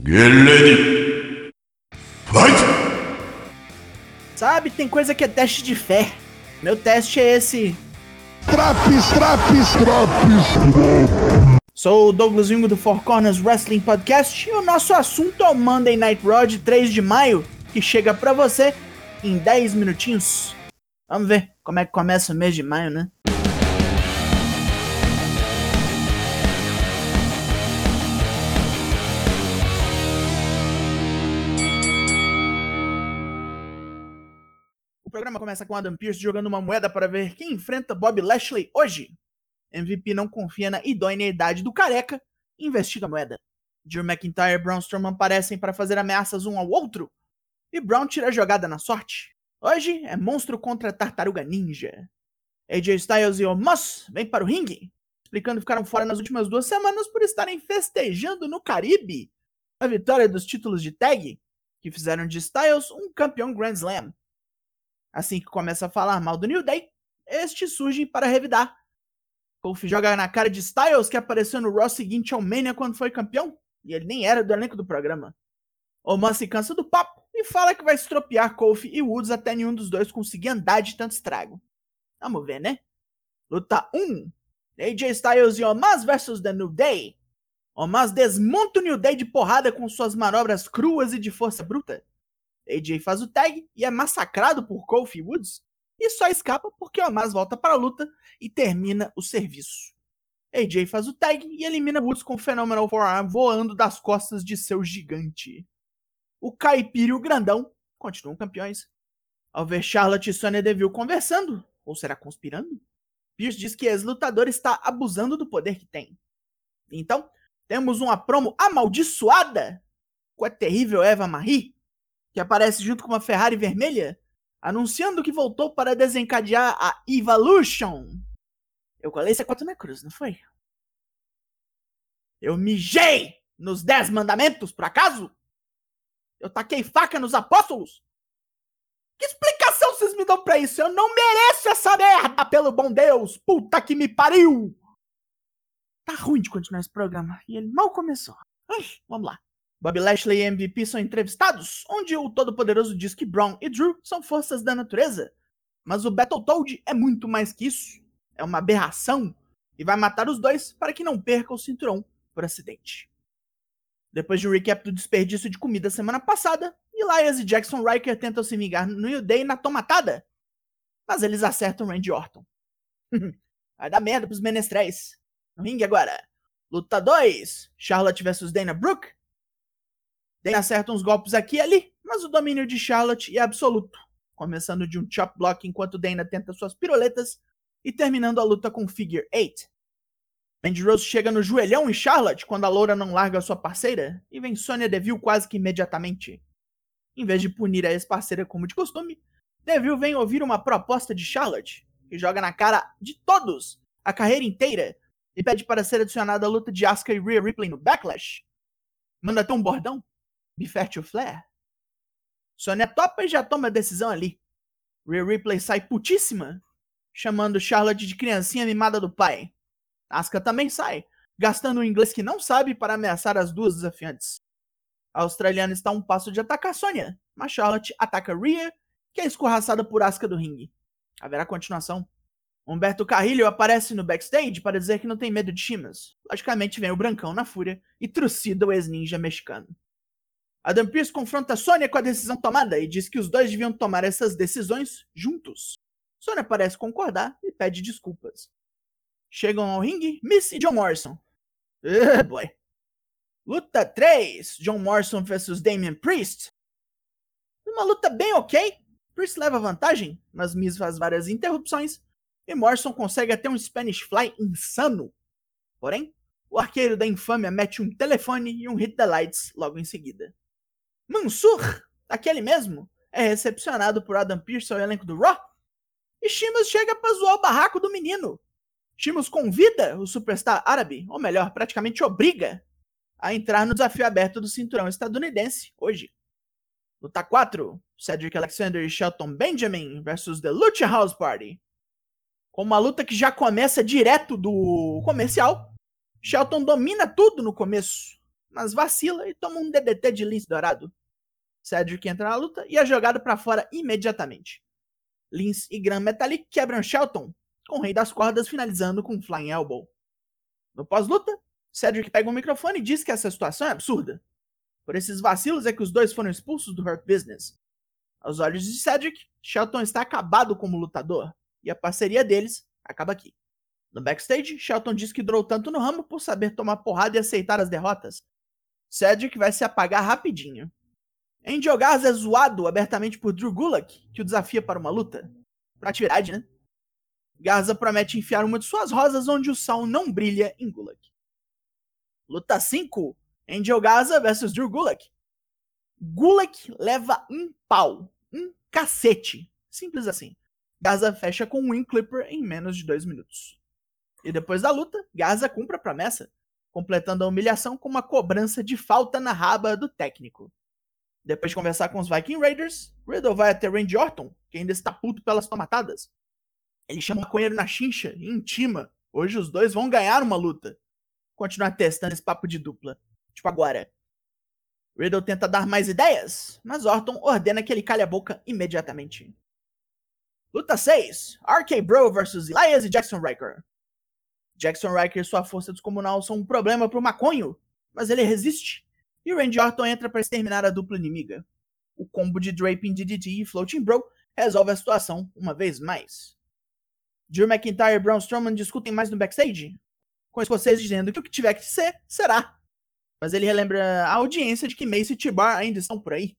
Get ready. Fight! Sabe, tem coisa que é teste de fé. Meu teste é esse. Traps. Sou o Douglas Jungo do Four Corners Wrestling Podcast e o nosso assunto é o Monday Night Raw de 3 de maio, que chega pra você em 10 minutinhos. Vamos ver como é que começa o mês de maio, né? O programa começa com Adam Pearce jogando uma moeda para ver quem enfrenta Bobby Lashley hoje. MVP não confia na idoneidade do careca e investiga a moeda. Drew McIntyre e Braun Strowman aparecem para fazer ameaças um ao outro. E Braun tira a jogada na sorte. Hoje é monstro contra tartaruga ninja. AJ Styles e Omos vêm para o ringue, explicando que ficaram fora nas últimas 2 semanas por estarem festejando no Caribe a vitória dos títulos de tag, que fizeram de Styles um campeão Grand Slam. Assim que começa a falar mal do New Day, estes surgem para revidar. Kofi joga na cara de Styles, que apareceu no Raw seguinte ao Mania quando foi campeão, e ele nem era do elenco do programa. Omos se cansa do papo e fala que vai estropiar Kofi e Woods até nenhum dos dois conseguir andar de tanto estrago. Vamos ver, né? Luta 1. AJ Styles e Omos vs The New Day. Omos desmonta o New Day de porrada com suas manobras cruas e de força bruta. AJ faz o tag e é massacrado por Kofi e Woods, e só escapa porque Omos volta para a luta e termina o serviço. AJ faz o tag e elimina Woods com o Phenomenal Forearm voando das costas de seu gigante. O Caipira e o Grandão continuam campeões. Ao ver Charlotte e Sonya Deville conversando, ou será conspirando, Pearce diz que ex-lutador está abusando do poder que tem. Então, temos uma promo amaldiçoada com a terrível Eva Marie, que aparece junto com uma Ferrari vermelha, anunciando que voltou para desencadear a Evolution. Eu colei C4 na cruz, não foi? Eu mijei nos 10 mandamentos, por acaso? Eu taquei faca nos apóstolos? Que explicação vocês me dão pra isso? Eu não mereço essa merda, pelo bom Deus! Puta que me pariu! Tá ruim de continuar esse programa, e ele mal começou. Vamos lá. Bobby Lashley e MVP são entrevistados, onde o Todo-Poderoso diz que Braun e Drew são forças da natureza. Mas o Battletoad é muito mais que isso. É uma aberração e vai matar os dois para que não perca o cinturão por acidente. Depois de um recap do desperdício de comida semana passada, Elias e Jackson Ryker tentam se vingar no New Day na tomatada. Mas eles acertam Randy Orton. Vai dar merda pros menestréis. No ringue agora. Luta 2. Charlotte vs Dana Brooke. Dana acerta uns golpes aqui e ali, mas o domínio de Charlotte é absoluto, começando de um chop block enquanto Dana tenta suas piruletas e terminando a luta com Figure 8. Mandy Rose chega no joelhão em Charlotte quando a loura não larga sua parceira e vem Sonya Deville quase que imediatamente. Em vez de punir a ex-parceira como de costume, Deville vem ouvir uma proposta de Charlotte, que joga na cara de todos a carreira inteira e pede para ser adicionada à luta de Asuka e Rhea Ripley no Backlash. Manda até um bordão. Be fair to Flair. Sonya topa e já toma a decisão ali. Rhea Ripley sai putíssima, chamando Charlotte de criancinha mimada do pai. Asuka também sai, gastando um inglês que não sabe para ameaçar as duas desafiantes. A australiana está a um passo de atacar Sonya, mas Charlotte ataca Rhea, que é escorraçada por Asuka do ringue. Haverá continuação. Humberto Carrillo aparece no backstage para dizer que não tem medo de Sheamus. Logicamente vem o Brancão na fúria e trucida o ex-ninja mexicano. Adam Pearce confronta Sonya com a decisão tomada e diz que os dois deviam tomar essas decisões juntos. Sonya parece concordar e pede desculpas. Chegam ao ringue Miss e John Morrison. Boy. Luta 3. John Morrison vs Damian Priest. Uma luta bem ok. Priest leva vantagem, mas Miz faz várias interrupções e Morrison consegue até um Spanish Fly insano. Porém, o arqueiro da infâmia mete um telefone e um Hit the Lights logo em seguida. Mansur, aquele mesmo, é recepcionado por Adam Pearce ao elenco do Raw. E Sheamus chega pra zoar o barraco do menino. Sheamus convida o superstar árabe, ou melhor, praticamente obriga, a entrar no desafio aberto do cinturão estadunidense hoje. Luta 4. Cedric Alexander e Shelton Benjamin vs The Lucha House Party. Com uma luta que já começa direto do comercial, Shelton domina tudo no começo, mas vacila e toma um DDT de lince dourado. Cedric entra na luta e é jogado pra fora imediatamente. Lince e Gran Metalik quebram Shelton, com o Rei das Cordas finalizando com um Flying Elbow. No pós-luta, Cedric pega o microfone e diz que essa situação é absurda. Por esses vacilos é que os dois foram expulsos do Hurt Business. Aos olhos de Cedric, Shelton está acabado como lutador, e a parceria deles acaba aqui. No backstage, Shelton diz que durou tanto no ramo por saber tomar porrada e aceitar as derrotas. Cedric vai se apagar rapidinho. Angel Garza é zoado abertamente por Drew Gulak, que o desafia para uma luta. Pra atividade, né? Garza promete enfiar uma de suas rosas onde o sol não brilha em Gulak. Luta 5. Angel Garza vs Drew Gulak. Gulak leva um pau. Um cacete. Simples assim. Garza fecha com um Wing Clipper em menos de 2 minutos. E depois da luta, Garza cumpre a promessa, completando a humilhação com uma cobrança de falta na raba do técnico. Depois de conversar com os Viking Raiders, Riddle vai até Randy Orton, que ainda está puto pelas tomatadas. Ele chama o maconheiro na chincha e intima. Hoje os dois vão ganhar uma luta. Continuar testando esse papo de dupla. Tipo agora. Riddle tenta dar mais ideias, mas Orton ordena que ele calhe a boca imediatamente. Luta 6. RK Bro vs Elias e Jackson Ryker. Jackson Ryker e sua força descomunal são um problema pro maconho, mas ele resiste. E Randy Orton entra para exterminar a dupla inimiga. O combo de Draping DDT e Floating Bro resolve a situação uma vez mais. Drew McIntyre e Braun Strowman discutem mais no backstage, com os escoceses dizendo que o que tiver que ser, será. Mas ele relembra a audiência de que Mace e T-Bar ainda estão por aí.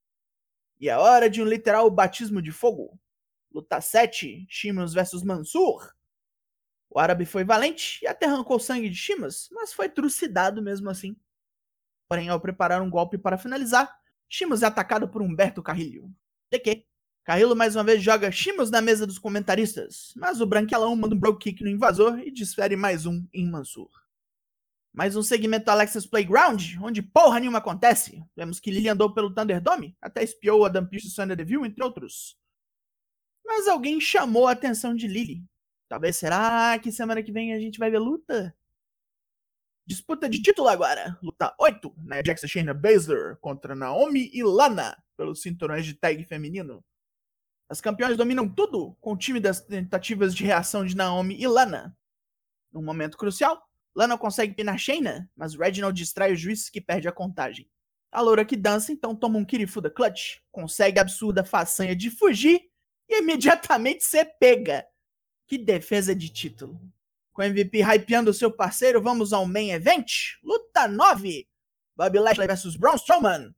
E é hora de um literal batismo de fogo. Luta 7, Sheamus vs Mansoor. O árabe foi valente e até arrancou sangue de Sheamus, mas foi trucidado mesmo assim. Porém, ao preparar um golpe para finalizar, Sheamus é atacado por Humberto Carrillo. De que? Carrillo mais uma vez joga Sheamus na mesa dos comentaristas, mas o branquelão manda um brogue kick no invasor e desfere mais um em Mansoor. Mais um segmento Alexa's Playground, onde porra nenhuma acontece. Vemos que Lily andou pelo Thunderdome, até espiou a Adam Pearce e Sonya Deville, entre outros. Mas alguém chamou a atenção de Lily. Talvez será que semana que vem a gente vai ver luta? Disputa de título agora. Luta 8. Nia Jax e Shayna Baszler contra Naomi e Lana pelos cinturões de tag feminino. As campeões dominam tudo com tímidas tentativas de reação de Naomi e Lana. Num momento crucial, Lana consegue pinar Shayna, mas Reginald distrai o juiz que perde a contagem. A loura que dança então toma um Kirifuda Clutch, consegue a absurda façanha de fugir e imediatamente ser pega. Que defesa de título. Com o MVP hypeando seu parceiro, vamos ao Main Event. Luta 9. Bobby Lashley vs Braun Strowman.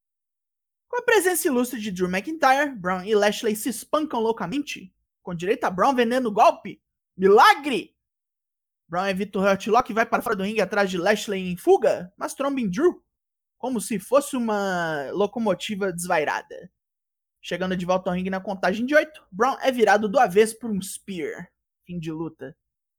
Com a presença ilustre de Drew McIntyre, Braun e Lashley se espancam loucamente, com direito a Braun vendendo golpe. Milagre! Braun evita o Hurtlock e vai para fora do ringue atrás de Lashley em fuga, mas tromba em Drew, como se fosse uma locomotiva desvairada. Chegando de volta ao ringue na contagem de 8, Braun é virado do avesso por um Spear. Fim de luta.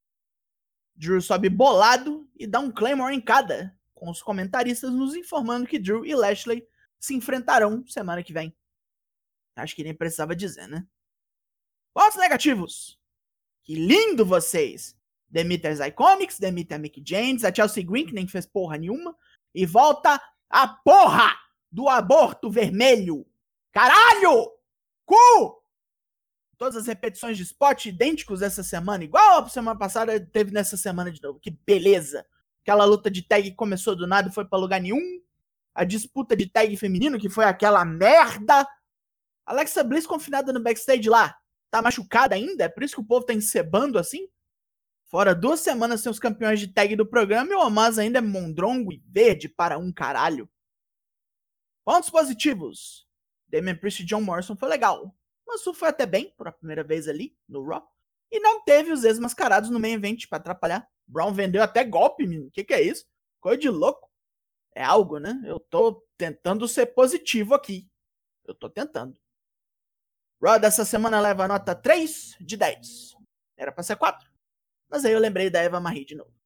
Drew sobe bolado e dá um Claymore em cada, com os comentaristas nos informando que Drew e Lashley se enfrentarão semana que vem. Acho que nem precisava dizer, né? Pontos negativos. Que lindo vocês! Demite as Iconics, demite a Mickie James, a Chelsea Green, que nem fez porra nenhuma, e volta a porra do aborto vermelho. Caralho! Cu! Todas as repetições de spot idênticos essa semana, igual a semana passada, teve nessa semana de novo. Que beleza! Aquela luta de tag começou do nada e foi pra lugar nenhum. A disputa de tag feminino, que foi aquela merda. Alexa Bliss confinada no backstage lá. Tá machucada ainda? É por isso que o povo tá encebando assim? Fora 2 semanas sem os campeões de tag do programa e o Omaz ainda é mondrongo e verde para um caralho. Pontos positivos. Damian Priest e John Morrison foi legal. Mansoor foi até bem, por a primeira vez ali, no Raw. E não teve os ex-mascarados no main event pra atrapalhar. Brown vendeu até golpe, menino. Que é isso? Coisa de louco. É algo, né? Eu tô tentando ser positivo aqui. Eu tô tentando. Raw dessa semana leva a nota 3 de 10. Era pra ser 4. Mas aí eu lembrei da Eva Marie de novo.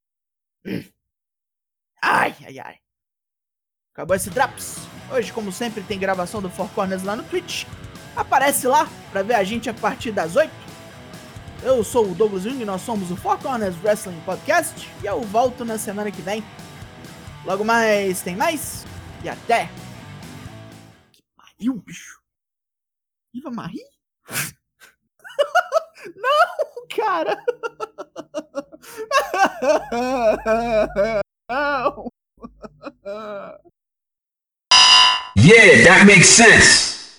Ai, ai, ai. Acabou esse Drops. Hoje, como sempre, tem gravação do Four Corners lá no Twitch. Aparece lá pra ver a gente a partir das 8. Eu sou o Douglas Jung e nós somos o Four Corners Wrestling Podcast. E eu volto na semana que vem. Logo mais tem mais. E até. Que pariu, bicho. Iva Marie? Não, cara. Não. Yeah, that makes sense.